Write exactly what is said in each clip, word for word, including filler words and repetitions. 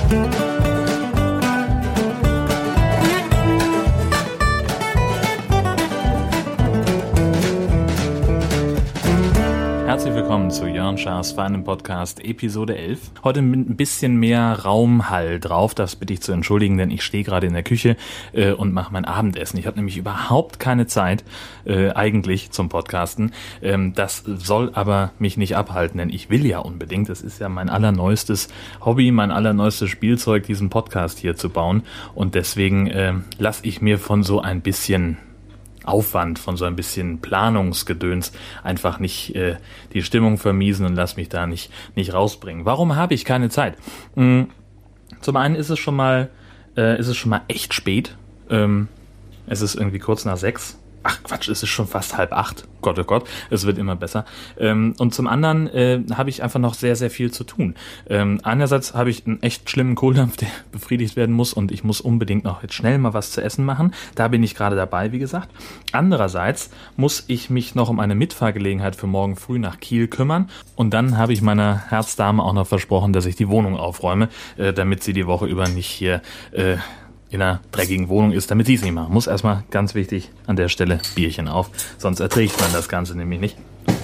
Herzlich willkommen zu Jörn Schaas feinem Podcast Episode elf. Heute mit ein bisschen mehr Raumhall drauf, das bitte ich zu entschuldigen, denn ich stehe gerade in der Küche äh, und mache mein Abendessen. Ich habe nämlich überhaupt keine Zeit äh, eigentlich zum Podcasten. Ähm, das soll aber mich nicht abhalten, denn ich will ja unbedingt, das ist ja mein allerneuestes Hobby, mein allerneuestes Spielzeug, diesen Podcast hier zu bauen. Und deswegen äh, lasse ich mir von so ein bisschen Aufwand, von so ein bisschen Planungsgedöns einfach nicht äh, die Stimmung vermiesen und lass mich da nicht nicht rausbringen. Warum habe ich keine Zeit? Hm, zum einen ist es schon mal äh, ist es schon mal echt spät. Ähm, es ist irgendwie kurz nach sechs. Ach Quatsch, es ist schon fast halb acht. Gott, oh Gott, es wird immer besser. Ähm, und zum anderen äh, habe ich einfach noch sehr, sehr viel zu tun. Ähm, einerseits habe ich einen echt schlimmen Kohldampf, der befriedigt werden muss und ich muss unbedingt noch jetzt schnell mal was zu essen machen. Da bin ich gerade dabei, wie gesagt. Andererseits muss ich mich noch um eine Mitfahrgelegenheit für morgen früh nach Kiel kümmern. Und dann habe ich meiner Herzdame auch noch versprochen, dass ich die Wohnung aufräume, äh, damit sie die Woche über nicht hier Äh, in einer dreckigen Wohnung ist, damit sie es nicht machen. Muss erstmal, ganz wichtig, an der Stelle Bierchen auf, sonst erträgt man das Ganze nämlich nicht.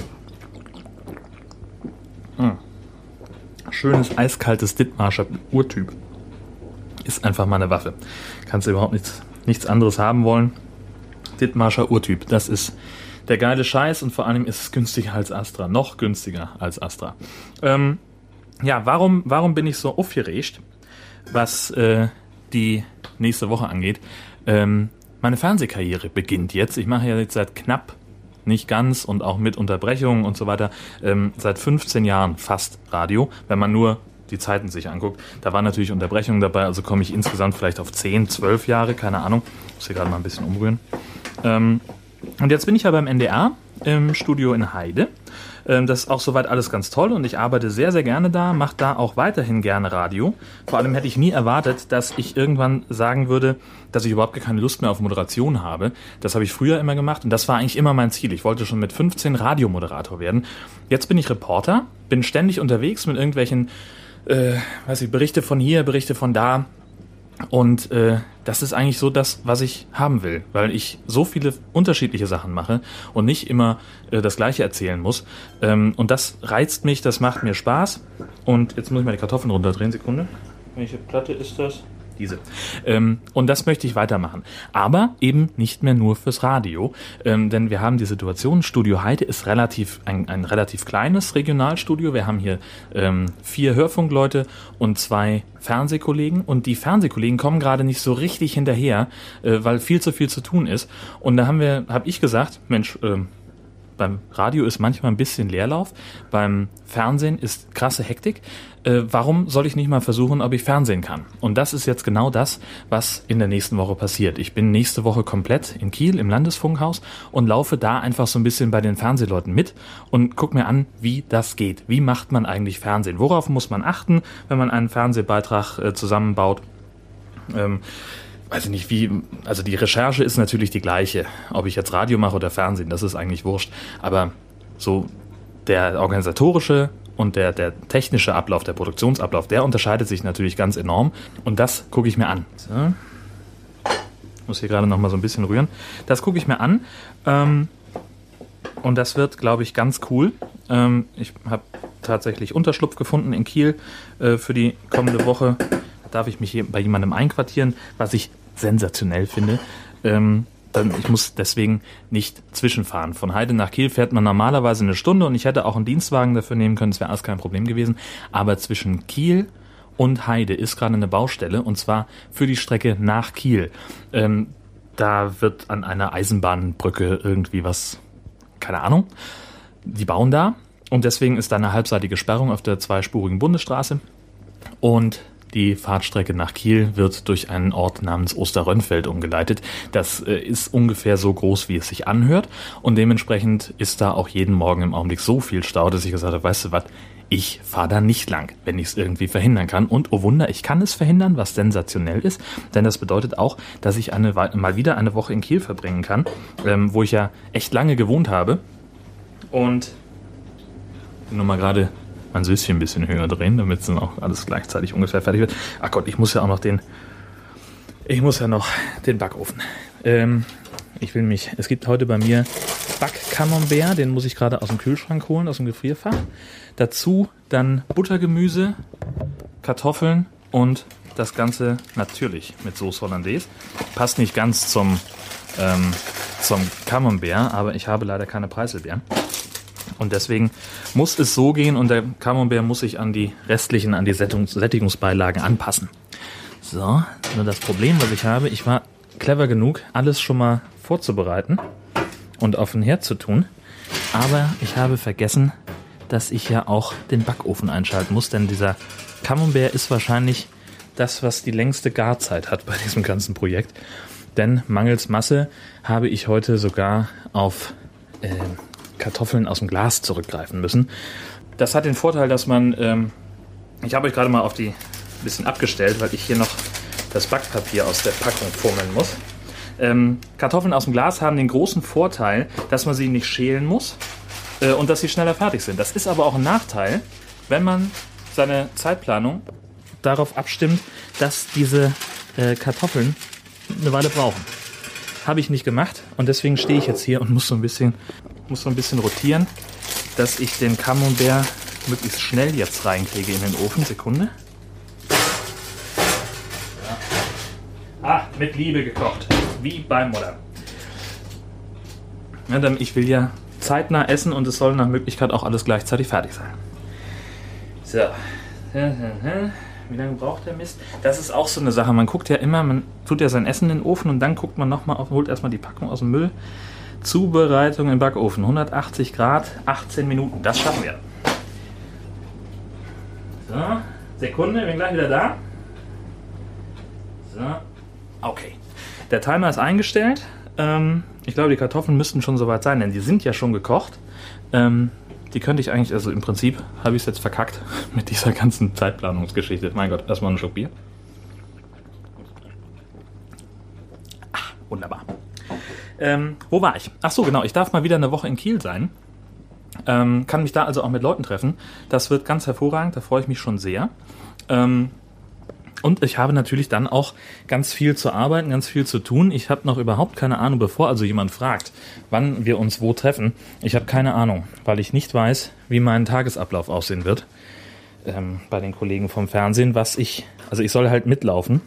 Hm. Schönes, eiskaltes Dithmarscher Urtyp. Ist einfach mal eine Waffe. Kannst du überhaupt nichts, nichts anderes haben wollen. Dithmarscher Urtyp, das ist der geile Scheiß und vor allem ist es günstiger als Astra. Noch günstiger als Astra. Ähm, ja, warum, warum bin ich so aufgeregt, was äh, die nächste Woche angeht? Ähm, meine Fernsehkarriere beginnt jetzt. Ich mache ja jetzt seit knapp, nicht ganz und auch mit Unterbrechungen und so weiter, ähm, seit fünfzehn Jahren fast Radio, wenn man nur die Zeiten sich anguckt. Da waren natürlich Unterbrechungen dabei, also komme ich insgesamt vielleicht auf zehn, zwölf Jahre, keine Ahnung. Ich muss hier gerade mal ein bisschen umrühren. Ähm, und jetzt bin ich ja beim N D R im Studio in Heide. Das ist auch soweit alles ganz toll und ich arbeite sehr, sehr gerne da, mache da auch weiterhin gerne Radio. Vor allem hätte ich nie erwartet, dass ich irgendwann sagen würde, dass ich überhaupt gar keine Lust mehr auf Moderation habe. Das habe ich früher immer gemacht und das war eigentlich immer mein Ziel. Ich wollte schon mit fünfzehn Radiomoderator werden. Jetzt bin ich Reporter, bin ständig unterwegs mit irgendwelchen, äh, weiß ich, Berichte von hier, Berichte von da. Und äh, das ist eigentlich so das, was ich haben will, weil ich so viele unterschiedliche Sachen mache und nicht immer äh, das Gleiche erzählen muss. Ähm, und das reizt mich, das macht mir Spaß. Und jetzt muss ich mal die Kartoffeln runterdrehen, Sekunde. Welche Platte ist das? Diese. Ähm, und das möchte ich weitermachen. Aber eben nicht mehr nur fürs Radio. Ähm, denn wir haben die Situation, Studio Heide ist relativ ein, ein relativ kleines Regionalstudio. Wir haben hier ähm, vier Hörfunkleute und zwei Fernsehkollegen. Und die Fernsehkollegen kommen gerade nicht so richtig hinterher, äh, weil viel zu viel zu tun ist. Und da haben wir, habe ich gesagt, Mensch, ähm, beim Radio ist manchmal ein bisschen Leerlauf, beim Fernsehen ist krasse Hektik. Äh, warum soll ich nicht mal versuchen, ob ich Fernsehen kann? Und das ist jetzt genau das, was in der nächsten Woche passiert. Ich bin nächste Woche komplett in Kiel im Landesfunkhaus und laufe da einfach so ein bisschen bei den Fernsehleuten mit und guck mir an, wie das geht. Wie macht man eigentlich Fernsehen? Worauf muss man achten, wenn man einen Fernsehbeitrag äh, zusammenbaut? Ähm, weiß ich nicht, wie, also die Recherche ist natürlich die gleiche, ob ich jetzt Radio mache oder Fernsehen, das ist eigentlich wurscht, aber so der organisatorische und der, der technische Ablauf, der Produktionsablauf, der unterscheidet sich natürlich ganz enorm und das gucke ich mir an. So. Ich muss hier gerade noch mal so ein bisschen rühren. Das gucke ich mir an ähm, und das wird, glaube ich, ganz cool. Ähm, ich habe tatsächlich Unterschlupf gefunden in Kiel äh, für die kommende Woche. Darf ich mich hier bei jemandem einquartieren, was ich sensationell finde. Ähm, dann, ich muss deswegen nicht zwischenfahren. Von Heide nach Kiel fährt man normalerweise eine Stunde und ich hätte auch einen Dienstwagen dafür nehmen können, das wäre alles kein Problem gewesen. Aber zwischen Kiel und Heide ist gerade eine Baustelle und zwar für die Strecke nach Kiel. Ähm, da wird an einer Eisenbahnbrücke irgendwie was, keine Ahnung, die bauen da und deswegen ist da eine halbseitige Sperrung auf der zweispurigen Bundesstraße und die Fahrtstrecke nach Kiel wird durch einen Ort namens Osterrönfeld umgeleitet. Das äh, ist ungefähr so groß, wie es sich anhört. Und dementsprechend ist da auch jeden Morgen im Augenblick so viel Stau, dass ich gesagt habe, weißt du was, ich fahre da nicht lang, wenn ich es irgendwie verhindern kann. Und oh Wunder, ich kann es verhindern, was sensationell ist. Denn das bedeutet auch, dass ich eine, mal wieder eine Woche in Kiel verbringen kann, ähm, wo ich ja echt lange gewohnt habe. Und nur mal gerade mein Süßchen ein bisschen höher drehen, damit es dann auch alles gleichzeitig ungefähr fertig wird. Ach Gott, ich muss ja auch noch den, ich muss ja noch den Backofen. Ähm, ich will mich, es gibt heute bei mir Back-Camembert, den muss ich gerade aus dem Kühlschrank holen, aus dem Gefrierfach. Dazu dann Buttergemüse, Kartoffeln und das Ganze natürlich mit Sauce Hollandaise. Passt nicht ganz zum, ähm, zum Camembert, aber ich habe leider keine Preiselbeeren. Und deswegen muss es so gehen und der Camembert muss sich an die restlichen, an die Sättigungs- Sättigungsbeilagen anpassen. So, nur das Problem, was ich habe, ich war clever genug, alles schon mal vorzubereiten und auf den Herd zu tun. Aber ich habe vergessen, dass ich ja auch den Backofen einschalten muss, denn dieser Camembert ist wahrscheinlich das, was die längste Garzeit hat bei diesem ganzen Projekt. Denn mangels Masse habe ich heute sogar auf äh, Kartoffeln aus dem Glas zurückgreifen müssen. Das hat den Vorteil, dass man, ähm, ich habe euch gerade mal auf die ein bisschen abgestellt, weil ich hier noch das Backpapier aus der Packung fummeln muss. Ähm, Kartoffeln aus dem Glas haben den großen Vorteil, dass man sie nicht schälen muss äh, und dass sie schneller fertig sind. Das ist aber auch ein Nachteil, wenn man seine Zeitplanung darauf abstimmt, dass diese äh, Kartoffeln eine Weile brauchen. Habe ich nicht gemacht und deswegen stehe ich jetzt hier und muss so ein bisschen, muss so ein bisschen rotieren, dass ich den Camembert möglichst schnell jetzt reinkriege in den Ofen. Sekunde. Ja. Ah, mit Liebe gekocht. Wie bei Mutter. Ja, denn ich will ja zeitnah essen und es soll nach Möglichkeit auch alles gleichzeitig fertig sein. So. Wie lange braucht der Mist? Das ist auch so eine Sache. Man guckt ja immer, man tut ja sein Essen in den Ofen und dann guckt man nochmal auf, holt erstmal die Packung aus dem Müll. Zubereitung im Backofen. hundertachtzig Grad, achtzehn Minuten. Das schaffen wir. So, Sekunde, ich bin gleich wieder da. So, okay. Der Timer ist eingestellt. Ähm, ich glaube, die Kartoffeln müssten schon soweit sein, denn die sind ja schon gekocht. Ähm, Die könnte ich eigentlich, also im Prinzip habe ich es jetzt verkackt mit dieser ganzen Zeitplanungsgeschichte. Mein Gott, erstmal einen Schluck Bier. Ah, wunderbar. Ähm, wo war ich? Ach so, genau, ich darf mal wieder eine Woche in Kiel sein. Ähm, kann mich da also auch mit Leuten treffen. Das wird ganz hervorragend, da freue ich mich schon sehr. Ähm, Und ich habe natürlich dann auch ganz viel zu arbeiten, ganz viel zu tun. Ich habe noch überhaupt keine Ahnung, bevor also jemand fragt, wann wir uns wo treffen. Ich habe keine Ahnung, weil ich nicht weiß, wie mein Tagesablauf aussehen wird ähm, bei den Kollegen vom Fernsehen. Was ich, also ich soll halt mitlaufen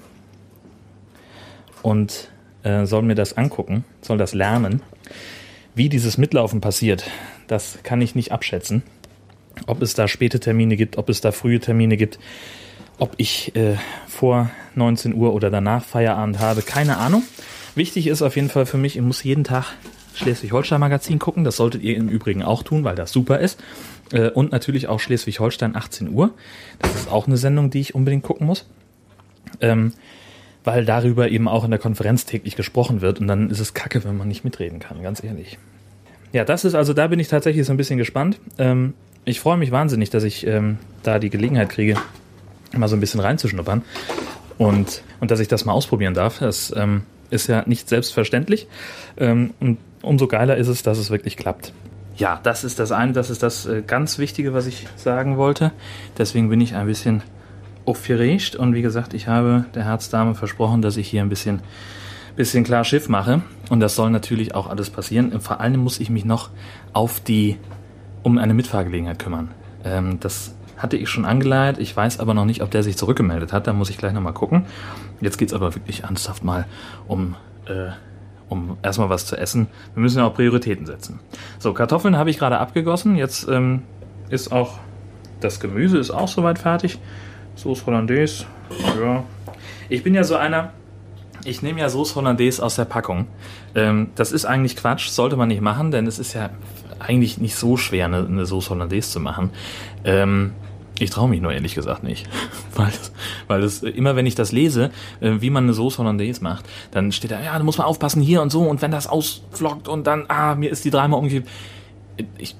und äh, soll mir das angucken, soll das lernen. Wie dieses Mitlaufen passiert, das kann ich nicht abschätzen. Ob es da späte Termine gibt, ob es da frühe Termine gibt. Ob ich äh, vor neunzehn Uhr oder danach Feierabend habe, keine Ahnung. Wichtig ist auf jeden Fall für mich, ich muss jeden Tag Schleswig-Holstein-Magazin gucken. Das solltet ihr im Übrigen auch tun, weil das super ist. Äh, und natürlich auch Schleswig-Holstein achtzehn Uhr. Das ist auch eine Sendung, die ich unbedingt gucken muss. Ähm, weil darüber eben auch in der Konferenz täglich gesprochen wird. Und dann ist es kacke, wenn man nicht mitreden kann, ganz ehrlich. Ja, das ist also, da bin ich tatsächlich so ein bisschen gespannt. Ähm, ich freue mich wahnsinnig, dass ich ähm, da die Gelegenheit kriege, mal so ein bisschen reinzuschnuppern und, und dass ich das mal ausprobieren darf. Das ähm, ist ja nicht selbstverständlich ähm, und umso geiler ist es, dass es wirklich klappt. Ja, das ist das eine, das ist das äh, ganz Wichtige, was ich sagen wollte. Deswegen bin ich ein bisschen aufgeregt und wie gesagt, ich habe der Herzdame versprochen, dass ich hier ein bisschen, bisschen klar Schiff mache und das soll natürlich auch alles passieren. Vor allem muss ich mich noch auf die, um eine Mitfahrgelegenheit kümmern. Ähm, das hatte ich schon angeleitet, ich weiß aber noch nicht, ob der sich zurückgemeldet hat, da muss ich gleich nochmal gucken. Jetzt geht es aber wirklich ernsthaft mal um, äh, um erstmal was zu essen. Wir müssen ja auch Prioritäten setzen. So, Kartoffeln habe ich gerade abgegossen, jetzt ähm, ist auch das Gemüse ist auch soweit fertig. Sauce Hollandaise, ja. Ich bin ja so einer, ich nehme ja Sauce Hollandaise aus der Packung. Ähm, das ist eigentlich Quatsch, sollte man nicht machen, denn es ist ja eigentlich nicht so schwer, eine, eine Sauce Hollandaise zu machen. Ähm, Ich traue mich nur ehrlich gesagt nicht, weil das, weil das immer, wenn ich das lese, wie man eine Sauce Hollandaise macht, dann steht da, ja, da muss man aufpassen hier und so und wenn das ausflockt und dann, ah, mir ist die dreimal umgekippt. Ich,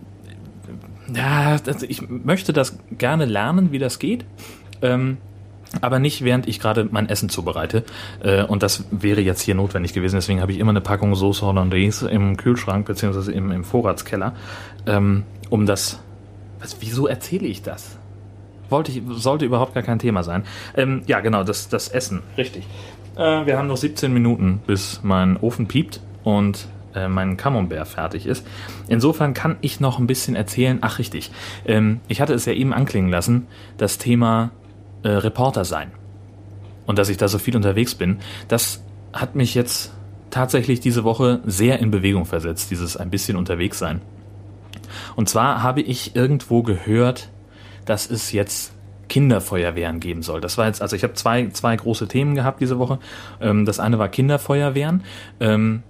ja, das, ich möchte das gerne lernen, wie das geht, ähm, aber nicht während ich gerade mein Essen zubereite äh, und das wäre jetzt hier notwendig gewesen, deswegen habe ich immer eine Packung Sauce Hollandaise im Kühlschrank beziehungsweise im, im Vorratskeller, ähm, um das Was, wieso erzähle ich das? Wollte ich, sollte überhaupt gar kein Thema sein. Ähm, ja, genau, das, das Essen, richtig. Äh, wir haben noch siebzehn Minuten, bis mein Ofen piept und äh, mein Camembert fertig ist. Insofern kann ich noch ein bisschen erzählen. Ach, richtig. Ähm, ich hatte es ja eben anklingen lassen, das Thema äh, Reporter sein. Und dass ich da so viel unterwegs bin. Das hat mich jetzt tatsächlich diese Woche sehr in Bewegung versetzt, dieses ein bisschen unterwegs sein. Und zwar habe ich irgendwo gehört, dass es jetzt Kinderfeuerwehren geben soll. Das war jetzt, also ich habe zwei, zwei große Themen gehabt diese Woche. Ähm, das eine war Kinderfeuerwehren. Ähm,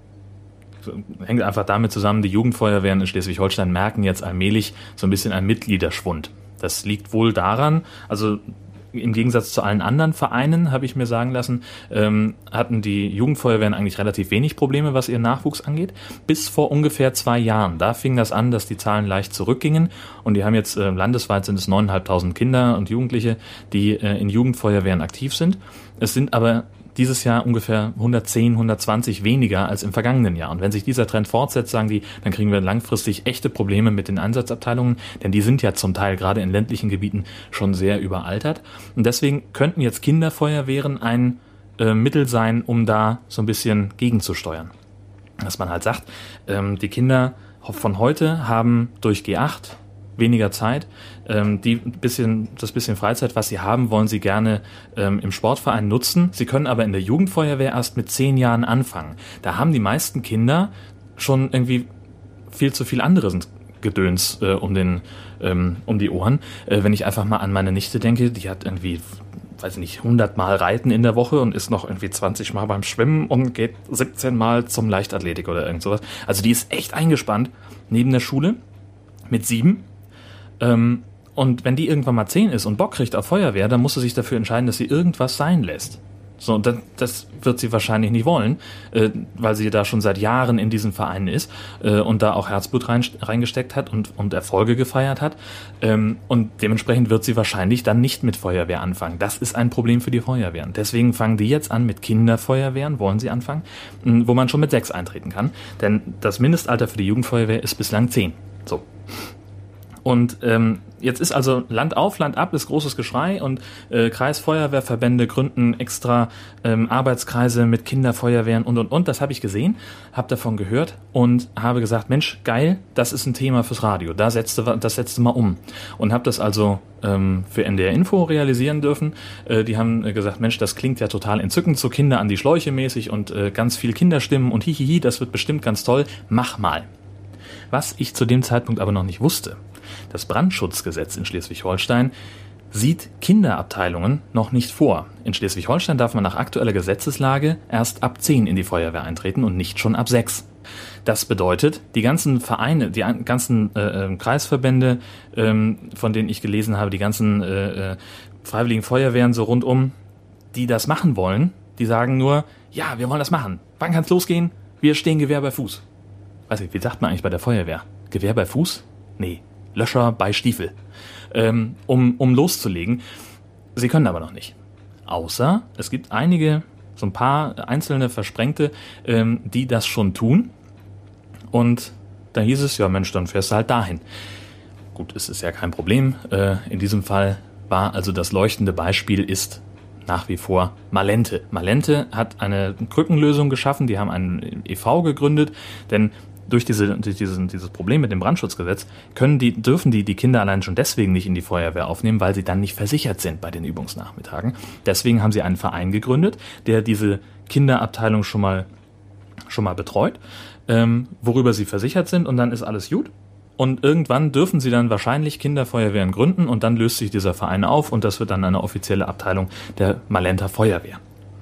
hängt einfach damit zusammen, die Jugendfeuerwehren in Schleswig-Holstein merken jetzt allmählich so ein bisschen einen Mitgliederschwund. Das liegt wohl daran, also im Gegensatz zu allen anderen Vereinen, habe ich mir sagen lassen, ähm, hatten die Jugendfeuerwehren eigentlich relativ wenig Probleme, was ihren Nachwuchs angeht. Bis vor ungefähr zwei Jahren. Da fing das an, dass die Zahlen leicht zurückgingen. Und die haben jetzt, äh, landesweit sind es neuntausendfünfhundert Kinder und Jugendliche, die äh, in Jugendfeuerwehren aktiv sind. Es sind aber dieses Jahr ungefähr hundertzehn, hundertzwanzig weniger als im vergangenen Jahr. Und wenn sich dieser Trend fortsetzt, sagen die, dann kriegen wir langfristig echte Probleme mit den Einsatzabteilungen, denn die sind ja zum Teil gerade in ländlichen Gebieten schon sehr überaltert. Und deswegen könnten jetzt Kinderfeuerwehren ein äh, Mittel sein, um da so ein bisschen gegenzusteuern. Dass man halt sagt, ähm, die Kinder von heute haben durch G acht weniger Zeit. Ähm, die bisschen, das bisschen Freizeit, was sie haben, wollen sie gerne ähm, im Sportverein nutzen. Sie können aber in der Jugendfeuerwehr erst mit zehn Jahren anfangen. Da haben die meisten Kinder schon irgendwie viel zu viel anderes Gedöns äh, um, den, ähm, um die Ohren. Äh, wenn ich einfach mal an meine Nichte denke, die hat irgendwie, weiß ich nicht, hundert Mal Reiten in der Woche und ist noch irgendwie zwanzig Mal beim Schwimmen und geht siebzehn Mal zum Leichtathletik oder irgend sowas. Also die ist echt eingespannt neben der Schule mit sieben. Ähm, und wenn die irgendwann mal zehn ist und Bock kriegt auf Feuerwehr, dann muss sie sich dafür entscheiden, dass sie irgendwas sein lässt. So, und das, das wird sie wahrscheinlich nicht wollen, äh, weil sie da schon seit Jahren in diesem Verein ist äh, und da auch Herzblut rein, reingesteckt hat und, und Erfolge gefeiert hat. Ähm, und dementsprechend wird sie wahrscheinlich dann nicht mit Feuerwehr anfangen. Das ist ein Problem für die Feuerwehren. Deswegen fangen die jetzt an mit Kinderfeuerwehren, wollen sie anfangen, mh, wo man schon mit sechs eintreten kann. Denn das Mindestalter für die Jugendfeuerwehr ist bislang zehn. So. Und ähm, jetzt ist also Land auf, Land ab, ist großes Geschrei und äh, Kreisfeuerwehrverbände gründen extra ähm, Arbeitskreise mit Kinderfeuerwehren und und und. Das habe ich gesehen, habe davon gehört und habe gesagt, Mensch, geil, das ist ein Thema fürs Radio. Da setzte, das setzte mal um. Und habe das also ähm, für N D R Info realisieren dürfen. Äh, die haben äh, gesagt, Mensch, das klingt ja total entzückend, so Kinder an die Schläuche mäßig und äh, ganz viel Kinderstimmen und hihihi, das wird bestimmt ganz toll. Mach mal. Was ich zu dem Zeitpunkt aber noch nicht wusste. Das Brandschutzgesetz in Schleswig-Holstein sieht Kinderabteilungen noch nicht vor. In Schleswig-Holstein darf man nach aktueller Gesetzeslage erst ab zehn in die Feuerwehr eintreten und nicht schon ab sechs. Das bedeutet, die ganzen Vereine, die ganzen äh, Kreisverbände, ähm, von denen ich gelesen habe, die ganzen äh, freiwilligen Feuerwehren so rundum, die das machen wollen, die sagen nur, ja, wir wollen das machen. Wann kann's losgehen? Wir stehen Gewehr bei Fuß. Weiß ich, wie sagt man eigentlich bei der Feuerwehr? Gewehr bei Fuß? Nee. Löscher bei Stiefel, ähm, um, um loszulegen. Sie können aber noch nicht. Außer es gibt einige, so ein paar einzelne Versprengte, ähm, die das schon tun. Und da hieß es, ja Mensch, dann fährst du halt dahin. Gut, es ist ja kein Problem. Äh, in diesem Fall war also das leuchtende Beispiel ist nach wie vor Malente. Malente hat eine Krückenlösung geschaffen, die haben einen E V gegründet, denn durch diese, durch diesen, dieses Problem mit dem Brandschutzgesetz können die, dürfen die die Kinder allein schon deswegen nicht in die Feuerwehr aufnehmen, weil sie dann nicht versichert sind bei den Übungsnachmittagen. Deswegen haben sie einen Verein gegründet, der diese Kinderabteilung schon mal, schon mal betreut, ähm, worüber sie versichert sind und dann ist alles gut. Und irgendwann dürfen sie dann wahrscheinlich Kinderfeuerwehren gründen und dann löst sich dieser Verein auf und das wird dann eine offizielle Abteilung der Malenter Feuerwehr.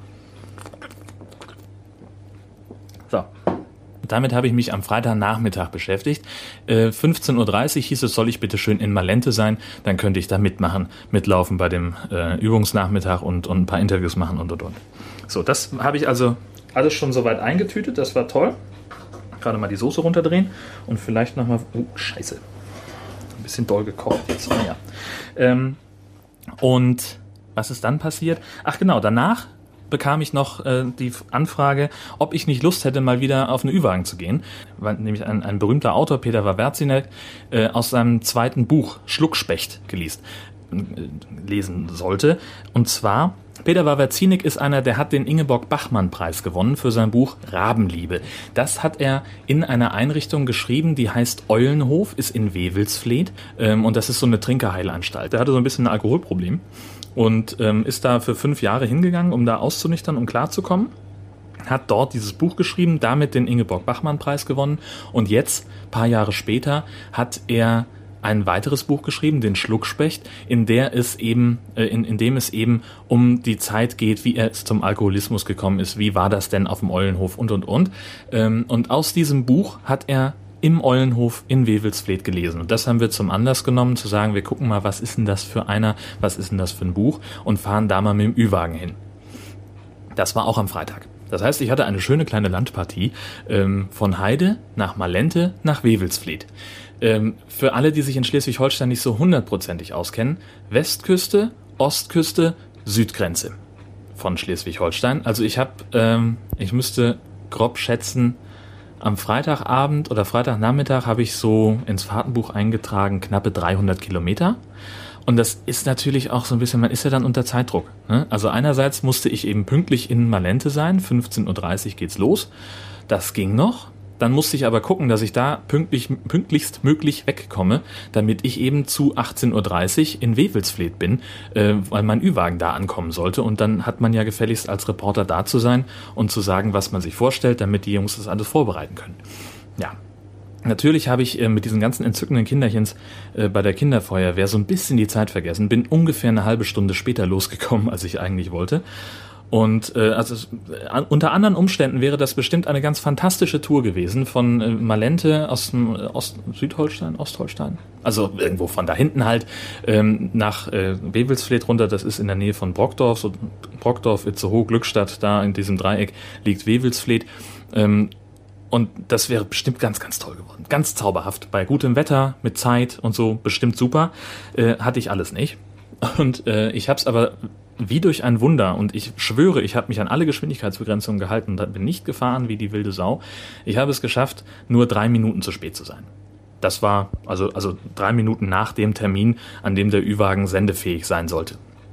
So. Damit habe ich mich am Freitagnachmittag beschäftigt. Äh, fünfzehn Uhr dreißig hieß es, soll ich bitte schön in Malente sein, dann könnte ich da mitmachen, mitlaufen bei dem äh, Übungsnachmittag und, und ein paar Interviews machen und und und. So, das habe ich also alles schon soweit eingetütet, das war toll. Gerade mal die Soße runterdrehen und vielleicht nochmal, oh scheiße, ein bisschen doll gekocht jetzt, naja. Ähm, und was ist dann passiert? Ach genau, danach bekam ich noch äh, die Anfrage, ob ich nicht Lust hätte, mal wieder auf eine Ü-Wagen zu gehen. Weil nämlich ein, ein berühmter Autor, Peter Wawerzinek, äh, aus seinem zweiten Buch Schluckspecht geliest, äh, lesen sollte. Und zwar, Peter Wawerzinek ist einer, der hat den Ingeborg-Bachmann-Preis gewonnen für sein Buch Rabenliebe. Das hat er in einer Einrichtung geschrieben, die heißt Eulenhof, ist in Wewelsfleth, ähm, und das ist so eine Trinkerheilanstalt. Der hatte so ein bisschen ein Alkoholproblem und ähm, ist da für fünf Jahre hingegangen, um da auszunüchtern, um klarzukommen. Hat dort dieses Buch geschrieben, damit den Ingeborg-Bachmann-Preis gewonnen und jetzt, paar Jahre später, hat er ein weiteres Buch geschrieben, den Schluckspecht, in der es eben, äh, in, in dem es eben um die Zeit geht, wie er zum Alkoholismus gekommen ist, wie war das denn auf dem Eulenhof und und und. Ähm, und aus diesem Buch hat er im Eulenhof in Wewelsfleth gelesen. Und das haben wir zum Anlass genommen, zu sagen, wir gucken mal, was ist denn das für einer, was ist denn das für ein Buch und fahren da mal mit dem Ü-Wagen hin. Das war auch am Freitag. Das heißt, ich hatte eine schöne kleine Landpartie ähm, von Heide nach Malente nach Wewelsfleth. Ähm, für alle, die sich in Schleswig-Holstein nicht so hundertprozentig auskennen, Westküste, Ostküste, Südgrenze von Schleswig-Holstein. Also ich habe, ähm, ich müsste grob schätzen, am Freitagabend oder Freitagnachmittag habe ich so ins Fahrtenbuch eingetragen, knappe dreihundert Kilometer. Und das ist natürlich auch so ein bisschen, man ist ja dann unter Zeitdruck, ne? Also einerseits musste ich eben pünktlich in Malente sein, fünfzehn Uhr dreißig geht's los. Das ging noch. Dann musste ich aber gucken, dass ich da pünktlich, pünktlichst möglich wegkomme, damit ich eben zu achtzehn Uhr dreißig in Wewelsfleth bin, äh, weil mein Ü-Wagen da ankommen sollte. Und dann hat man ja gefälligst als Reporter da zu sein und zu sagen, was man sich vorstellt, damit die Jungs das alles vorbereiten können. Ja. Natürlich habe ich äh, mit diesen ganzen entzückenden Kinderchens äh, bei der Kinderfeuerwehr so ein bisschen die Zeit vergessen, bin ungefähr eine halbe Stunde später losgekommen, als ich eigentlich wollte. Und äh, also äh, unter anderen Umständen wäre das bestimmt eine ganz fantastische Tour gewesen von äh, Malente aus dem äh, Ost Südholstein, Ostholstein, also irgendwo von da hinten halt ähm, nach äh, Wewelsfleth runter. Das ist in der Nähe von Brockdorf, so Brockdorf, Itzehoe, Glückstadt, da in diesem Dreieck liegt Wewelsfleth. Ähm, und das wäre bestimmt ganz, ganz toll geworden, ganz zauberhaft. Bei gutem Wetter, mit Zeit und so, bestimmt super. Äh, hatte ich alles nicht. Und äh, ich habe es aber wie durch ein Wunder, und ich schwöre, ich habe mich an alle Geschwindigkeitsbegrenzungen gehalten und bin nicht gefahren wie die wilde Sau. Ich habe es geschafft, nur drei Minuten zu spät zu sein. Das war also also drei Minuten nach dem Termin, an dem der Ü-Wagen sendefähig sein sollte.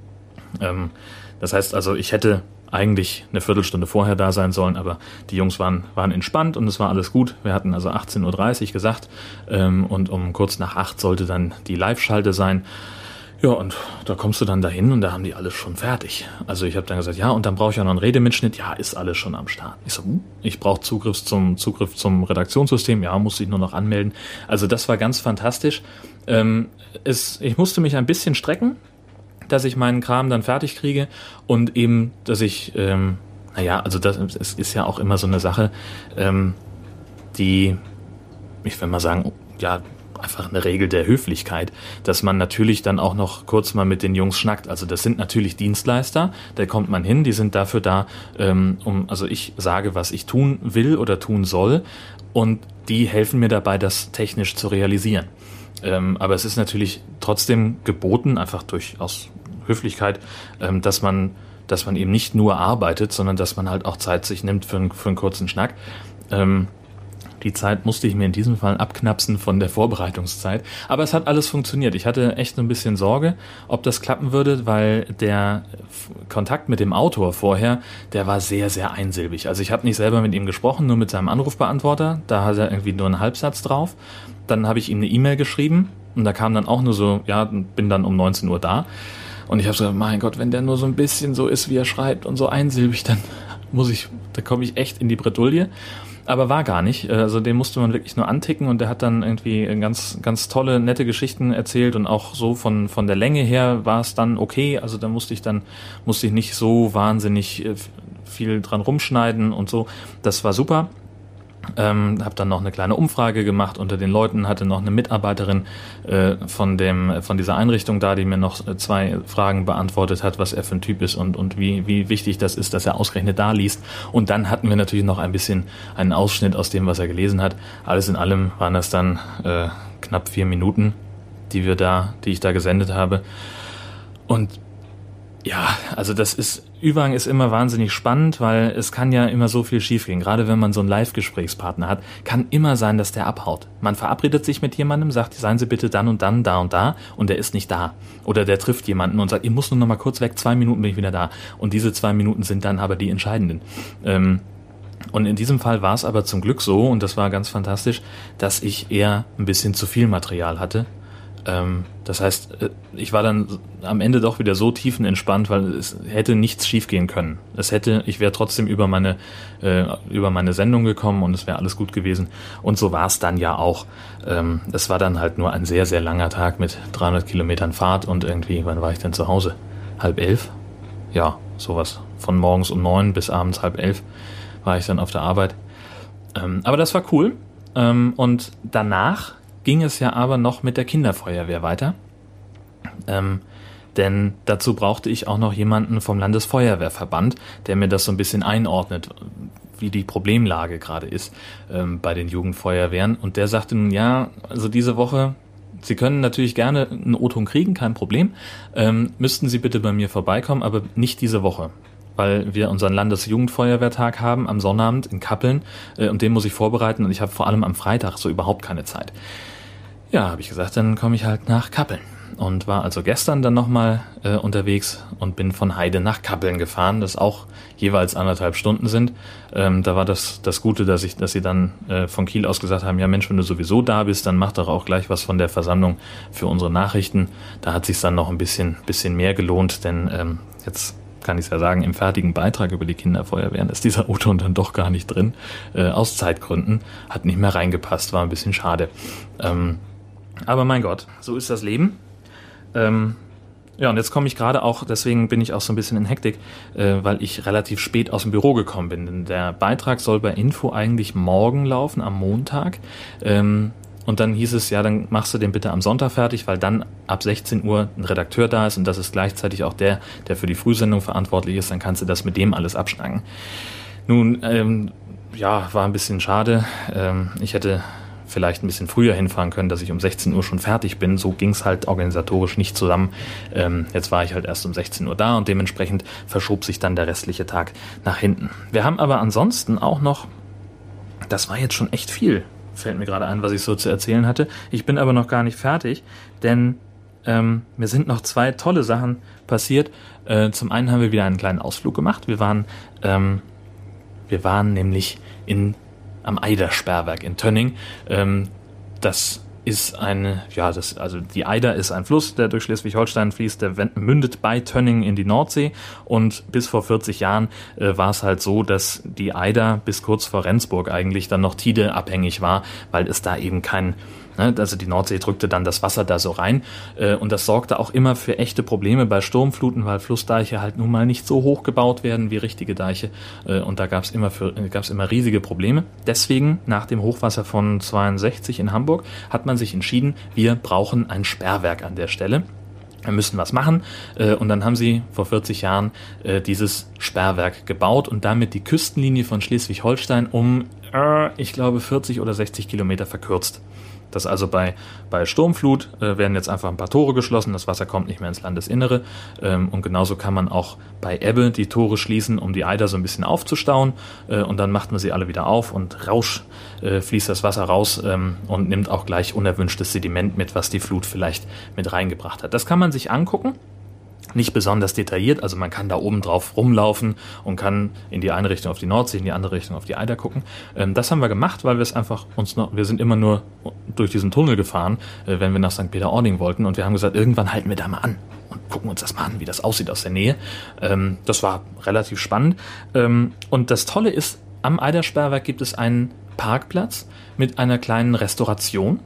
Ähm, das heißt also, ich hätte eigentlich eine Viertelstunde vorher da sein sollen, aber die Jungs waren waren entspannt und es war alles gut. Wir hatten also achtzehn Uhr dreißig gesagt ähm, und um kurz nach acht sollte dann die Live-Schalte sein. Ja, und da kommst du dann dahin und da haben die alles schon fertig. Also ich habe dann gesagt, ja, und dann brauche ich ja noch einen Redemitschnitt. Ja, ist alles schon am Start. Ich so, ich brauche Zugriff zum Zugriff zum Redaktionssystem. Ja, musste ich nur noch anmelden. Also das war ganz fantastisch. Ähm, es, ich musste mich ein bisschen strecken, dass ich meinen Kram dann fertig kriege und eben, dass ich, ähm, naja, also das es ist ja auch immer so eine Sache, ähm, die, ich will mal sagen, ja, einfach eine Regel der Höflichkeit, dass man natürlich dann auch noch kurz mal mit den Jungs schnackt. Also das sind natürlich Dienstleister, da kommt man hin, die sind dafür da, ähm, um, also ich sage, was ich tun will oder tun soll und die helfen mir dabei, das technisch zu realisieren. Ähm, aber es ist natürlich trotzdem geboten, einfach durch aus Höflichkeit, ähm, dass man, dass man eben nicht nur arbeitet, sondern dass man halt auch Zeit sich nimmt für, einen, für einen kurzen Schnack. Ähm, Die Zeit musste ich mir in diesem Fall abknapsen von der Vorbereitungszeit. Aber es hat alles funktioniert. Ich hatte echt ein bisschen Sorge, ob das klappen würde, weil der Kontakt mit dem Autor vorher, der war sehr, sehr einsilbig. Also ich habe nicht selber mit ihm gesprochen, nur mit seinem Anrufbeantworter. Da hat er irgendwie nur einen Halbsatz drauf. Dann habe ich ihm eine E-Mail geschrieben und da kam dann auch nur so, ja, bin dann um neunzehn Uhr da. Und ich habe so, mein Gott, wenn der nur so ein bisschen so ist, wie er schreibt und so einsilbig, dann muss ich, da komme ich echt in die Bredouille. Aber war gar nicht. Also den musste man wirklich nur anticken und der hat dann irgendwie ganz ganz tolle, nette Geschichten erzählt und auch so von von der Länge her war es dann okay. Also da musste ich dann musste ich nicht so wahnsinnig viel dran rumschneiden und so. Das war super. Ähm, habe dann noch eine kleine Umfrage gemacht unter den Leuten, hatte noch eine Mitarbeiterin äh, von dem von dieser Einrichtung da, die mir noch äh, zwei Fragen beantwortet hat, was er für ein Typ ist und und wie wie wichtig das ist, dass er ausgerechnet da liest. Und dann hatten wir natürlich noch ein bisschen einen Ausschnitt aus dem, was er gelesen hat. Alles in allem waren das dann äh, knapp vier Minuten, die wir da, die ich da gesendet habe. Und Ja, also das ist, Ü-Wagen ist immer wahnsinnig spannend, weil es kann ja immer so viel schiefgehen. Gerade wenn man so einen Live-Gesprächspartner hat, kann immer sein, dass der abhaut. Man verabredet sich mit jemandem, sagt, seien Sie bitte dann und dann, da und da, und der ist nicht da. Oder der trifft jemanden und sagt, ich muss nur noch mal kurz weg, zwei Minuten bin ich wieder da. Und diese zwei Minuten sind dann aber die entscheidenden. Ähm, und in diesem Fall war es aber zum Glück so, und das war ganz fantastisch, dass ich eher ein bisschen zu viel Material hatte. Das heißt, ich war dann am Ende doch wieder so tiefenentspannt, weil es hätte nichts schiefgehen können. Es hätte, ich wäre trotzdem über meine äh, über meine Sendung gekommen und es wäre alles gut gewesen. Und so war es dann ja auch. Ähm, es war dann halt nur ein sehr, sehr langer Tag mit dreihundert Kilometern Fahrt und irgendwie, wann war ich denn zu Hause? Halb elf? Ja, sowas. Von morgens um neun bis abends halb elf war ich dann auf der Arbeit. Ähm, aber das war cool. Ähm, und danach ging es ja aber noch mit der Kinderfeuerwehr weiter. Ähm, denn dazu brauchte ich auch noch jemanden vom Landesfeuerwehrverband, der mir das so ein bisschen einordnet, wie die Problemlage gerade ist ähm, bei den Jugendfeuerwehren. Und der sagte nun, ja, also diese Woche, Sie können natürlich gerne einen O-Ton kriegen, kein Problem. Ähm, müssten Sie bitte bei mir vorbeikommen, aber nicht diese Woche, weil wir unseren Landesjugendfeuerwehrtag haben am Sonnabend in Kappeln äh, und den muss ich vorbereiten und ich habe vor allem am Freitag so überhaupt keine Zeit. Ja, habe ich gesagt, dann komme ich halt nach Kappeln und war also gestern dann nochmal äh, unterwegs und bin von Heide nach Kappeln gefahren, das auch jeweils anderthalb Stunden sind. Ähm, da war das das Gute, dass ich, dass sie dann äh, von Kiel aus gesagt haben, ja Mensch, wenn du sowieso da bist, dann mach doch auch gleich was von der Versammlung für unsere Nachrichten. Da hat sich's dann noch ein bisschen bisschen mehr gelohnt, denn ähm, jetzt kann ich ja sagen, im fertigen Beitrag über die Kinderfeuerwehren ist dieser O-Ton dann doch gar nicht drin, äh, aus Zeitgründen, hat nicht mehr reingepasst, war ein bisschen schade. Ähm, aber mein Gott, so ist das Leben. Ähm, ja, und jetzt komme ich gerade auch, deswegen bin ich auch so ein bisschen in Hektik, äh, weil ich relativ spät aus dem Büro gekommen bin. Denn der Beitrag soll bei Info eigentlich morgen laufen, am Montag. Ähm, und dann hieß es, ja, dann machst du den bitte am Sonntag fertig, weil dann ab sechzehn Uhr ein Redakteur da ist und das ist gleichzeitig auch der, der für die Frühsendung verantwortlich ist, dann kannst du das mit dem alles abschnacken. Nun, ähm, ja, war ein bisschen schade. Ähm, ich hätte vielleicht ein bisschen früher hinfahren können, dass ich um sechzehn Uhr schon fertig bin. So ging es halt organisatorisch nicht zusammen. Ähm, jetzt war ich halt erst um sechzehn Uhr da und dementsprechend verschob sich dann der restliche Tag nach hinten. Wir haben aber ansonsten auch noch, das war jetzt schon echt viel, fällt mir gerade ein, was ich so zu erzählen hatte. Ich bin aber noch gar nicht fertig, denn ähm, mir sind noch zwei tolle Sachen passiert. Äh, zum einen haben wir wieder einen kleinen Ausflug gemacht. Wir waren, ähm, wir waren nämlich in am Eider-Sperrwerk in Tönning. Ähm, das ist eine, ja, das, also die Eider ist ein Fluss, der durch Schleswig-Holstein fließt, der mündet bei Tönning in die Nordsee und bis vor vierzig Jahren äh, war es halt so, dass die Eider bis kurz vor Rendsburg eigentlich dann noch tideabhängig war, weil es da eben kein, ne, also die Nordsee drückte dann das Wasser da so rein äh, und das sorgte auch immer für echte Probleme bei Sturmfluten, weil Flussdeiche halt nun mal nicht so hoch gebaut werden wie richtige Deiche äh, und da gab es immer für, gab's immer riesige Probleme. Deswegen, nach dem Hochwasser von zweiundsechzig in Hamburg, hat man sich entschieden, wir brauchen ein Sperrwerk an der Stelle. Wir müssen was machen äh, und dann haben sie vor vierzig Jahren äh, dieses Sperrwerk gebaut und damit die Küstenlinie von Schleswig-Holstein um, äh, ich glaube, vierzig oder sechzig Kilometer verkürzt. Das also bei, bei Sturmflut äh, werden jetzt einfach ein paar Tore geschlossen, das Wasser kommt nicht mehr ins Landesinnere ähm, und genauso kann man auch bei Ebbe die Tore schließen, um die Eider so ein bisschen aufzustauen äh, und dann macht man sie alle wieder auf und rausch äh, fließt das Wasser raus ähm, und nimmt auch gleich unerwünschtes Sediment mit, was die Flut vielleicht mit reingebracht hat. Das kann man sich angucken. Nicht besonders detailliert, also man kann da oben drauf rumlaufen und kann in die eine Richtung auf die Nordsee, in die andere Richtung auf die Eider gucken. Ähm, das haben wir gemacht, weil wir es einfach uns noch, wir sind immer nur durch diesen Tunnel gefahren, äh, wenn wir nach Sankt Peter-Ording wollten und wir haben gesagt, irgendwann halten wir da mal an und gucken uns das mal an, wie das aussieht aus der Nähe. Ähm, das war relativ spannend. Ähm, und das Tolle ist, am Eidersperrwerk gibt es einen Parkplatz mit einer kleinen Restauration,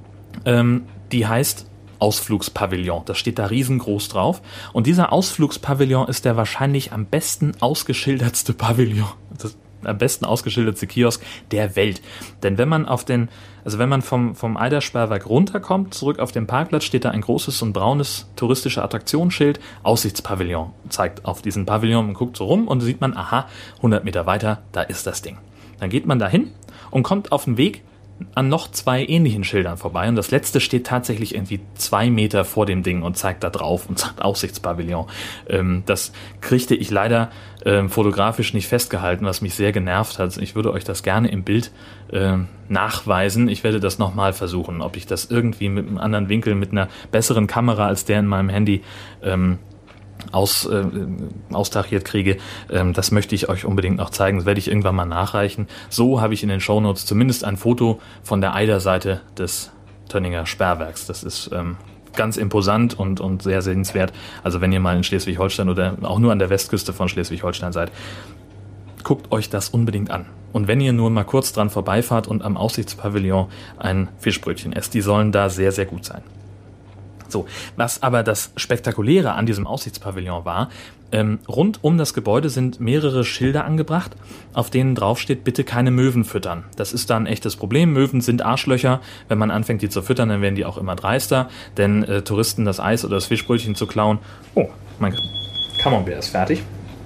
ähm, die heißt Ausflugspavillon. Das steht da riesengroß drauf. Und dieser Ausflugspavillon ist der wahrscheinlich am besten ausgeschildertste Pavillon, das am besten ausgeschildertste Kiosk der Welt. Denn wenn man auf den, also wenn man vom, vom Eidersperrwerk runterkommt, zurück auf den Parkplatz, steht da ein großes und braunes touristische Attraktionsschild, Aussichtspavillon, zeigt auf diesen Pavillon und guckt so rum und sieht man, aha, hundert Meter weiter, da ist das Ding. Dann geht man da hin und kommt auf den Weg an noch zwei ähnlichen Schildern vorbei und das letzte steht tatsächlich irgendwie zwei Meter vor dem Ding und zeigt da drauf und sagt Aussichtspavillon. Ähm, das kriegte ich leider ähm, fotografisch nicht festgehalten, was mich sehr genervt hat. Ich würde euch das gerne im Bild ähm, nachweisen. Ich werde das nochmal versuchen, ob ich das irgendwie mit einem anderen Winkel, mit einer besseren Kamera als der in meinem Handy ähm, aus, äh, austachiert kriege. Ähm, das möchte ich euch unbedingt noch zeigen. Das werde ich irgendwann mal nachreichen. So habe ich in den Shownotes zumindest ein Foto von der Eiderseite des Tönninger Sperrwerks. Das ist ähm, ganz imposant und, und sehr sehenswert. Also wenn ihr mal in Schleswig-Holstein oder auch nur an der Westküste von Schleswig-Holstein seid, guckt euch das unbedingt an. Und wenn ihr nur mal kurz dran vorbeifahrt und am Aussichtspavillon ein Fischbrötchen esst, die sollen da sehr, sehr gut sein. So, was aber das Spektakuläre an diesem Aussichtspavillon war, ähm, rund um das Gebäude sind mehrere Schilder angebracht, auf denen drauf steht, bitte keine Möwen füttern. Das ist da ein echtes Problem. Möwen sind Arschlöcher. Wenn man anfängt, die zu füttern, dann werden die auch immer dreister, denn äh, Touristen das Eis oder das Fischbrötchen zu klauen. Oh, mein Camembert ist fertig.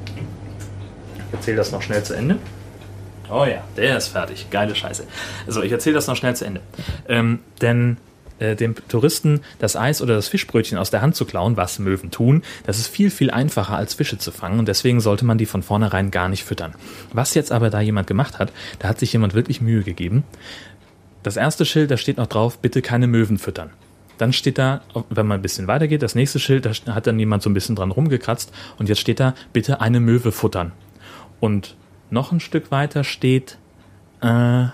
Ich erzähle das noch schnell zu Ende. Oh ja, der ist fertig. Geile Scheiße. Also, ich erzähle das noch schnell zu Ende. Ähm, denn dem Touristen das Eis oder das Fischbrötchen aus der Hand zu klauen, was Möwen tun, das ist viel, viel einfacher als Fische zu fangen und deswegen sollte man die von vornherein gar nicht füttern. Was jetzt aber da jemand gemacht hat, da hat sich jemand wirklich Mühe gegeben. Das erste Schild, da steht noch drauf, bitte keine Möwen füttern. Dann steht da, wenn man ein bisschen weitergeht, das nächste Schild, da hat dann jemand so ein bisschen dran rumgekratzt und jetzt steht da, bitte eine Möwe futtern. Und noch ein Stück weiter steht, äh,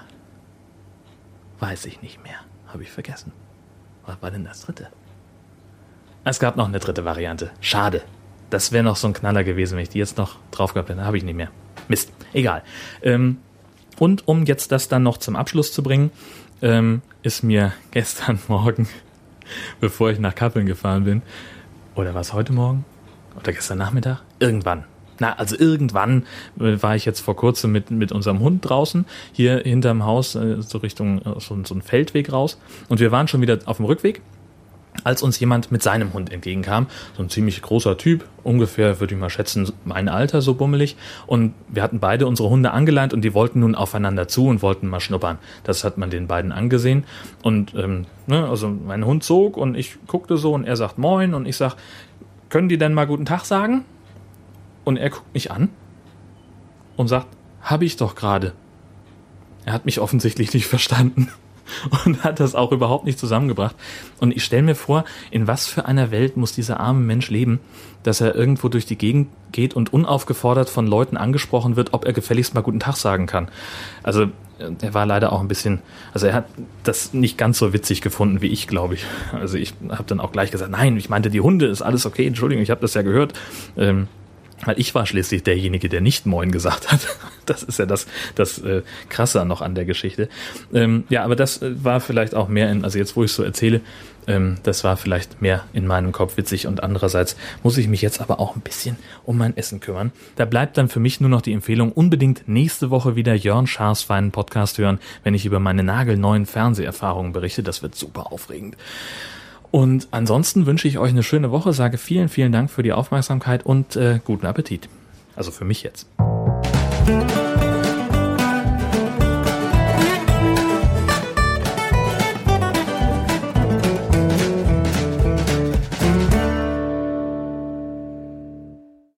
weiß ich nicht mehr, habe ich vergessen. Was war denn das dritte? Es gab noch eine dritte Variante. Schade. Das wäre noch so ein Knaller gewesen, wenn ich die jetzt noch drauf gehabt hätte. Habe ich nicht mehr. Mist. Egal. Ähm, und um jetzt das dann noch zum Abschluss zu bringen, ähm, ist mir gestern Morgen, bevor ich nach Kappeln gefahren bin, oder war es heute Morgen? Oder gestern Nachmittag? Irgendwann. Na, also irgendwann war ich jetzt vor kurzem mit, mit unserem Hund draußen, hier hinterm Haus, so Richtung so, so ein Feldweg raus. Und wir waren schon wieder auf dem Rückweg, als uns jemand mit seinem Hund entgegenkam. So ein ziemlich großer Typ, ungefähr, würde ich mal schätzen, mein Alter, so bummelig. Und wir hatten beide unsere Hunde angeleint und die wollten nun aufeinander zu und wollten mal schnuppern. Das hat man den beiden angesehen. Und ähm, ne, also mein Hund zog und ich guckte so und er sagt Moin und ich sag, können die denn mal guten Tag sagen? Und er guckt mich an und sagt, habe ich doch gerade. Er hat mich offensichtlich nicht verstanden und hat das auch überhaupt nicht zusammengebracht. Und ich stelle mir vor, in was für einer Welt muss dieser arme Mensch leben, dass er irgendwo durch die Gegend geht und unaufgefordert von Leuten angesprochen wird, ob er gefälligst mal guten Tag sagen kann. Also er war leider auch ein bisschen, also er hat das nicht ganz so witzig gefunden wie ich, glaube ich. Also ich habe dann auch gleich gesagt, nein, ich meinte die Hunde, ist alles okay, Entschuldigung, ich habe das ja gehört. Ähm, Weil ich war schließlich derjenige, der nicht Moin gesagt hat. Das ist ja das, das äh, Krasse noch an der Geschichte. Ähm, ja, aber das äh, war vielleicht auch mehr in, also jetzt, wo ich so erzähle, ähm, das war vielleicht mehr in meinem Kopf witzig und andererseits muss ich mich jetzt aber auch ein bisschen um mein Essen kümmern. Da bleibt dann für mich nur noch die Empfehlung, unbedingt nächste Woche wieder Jörn Schaars feinen Podcast hören, wenn ich über meine nagelneuen Fernseherfahrungen berichte. Das wird super aufregend. Und ansonsten wünsche ich euch eine schöne Woche, sage vielen, vielen Dank für die Aufmerksamkeit und äh, guten Appetit. Also für mich jetzt.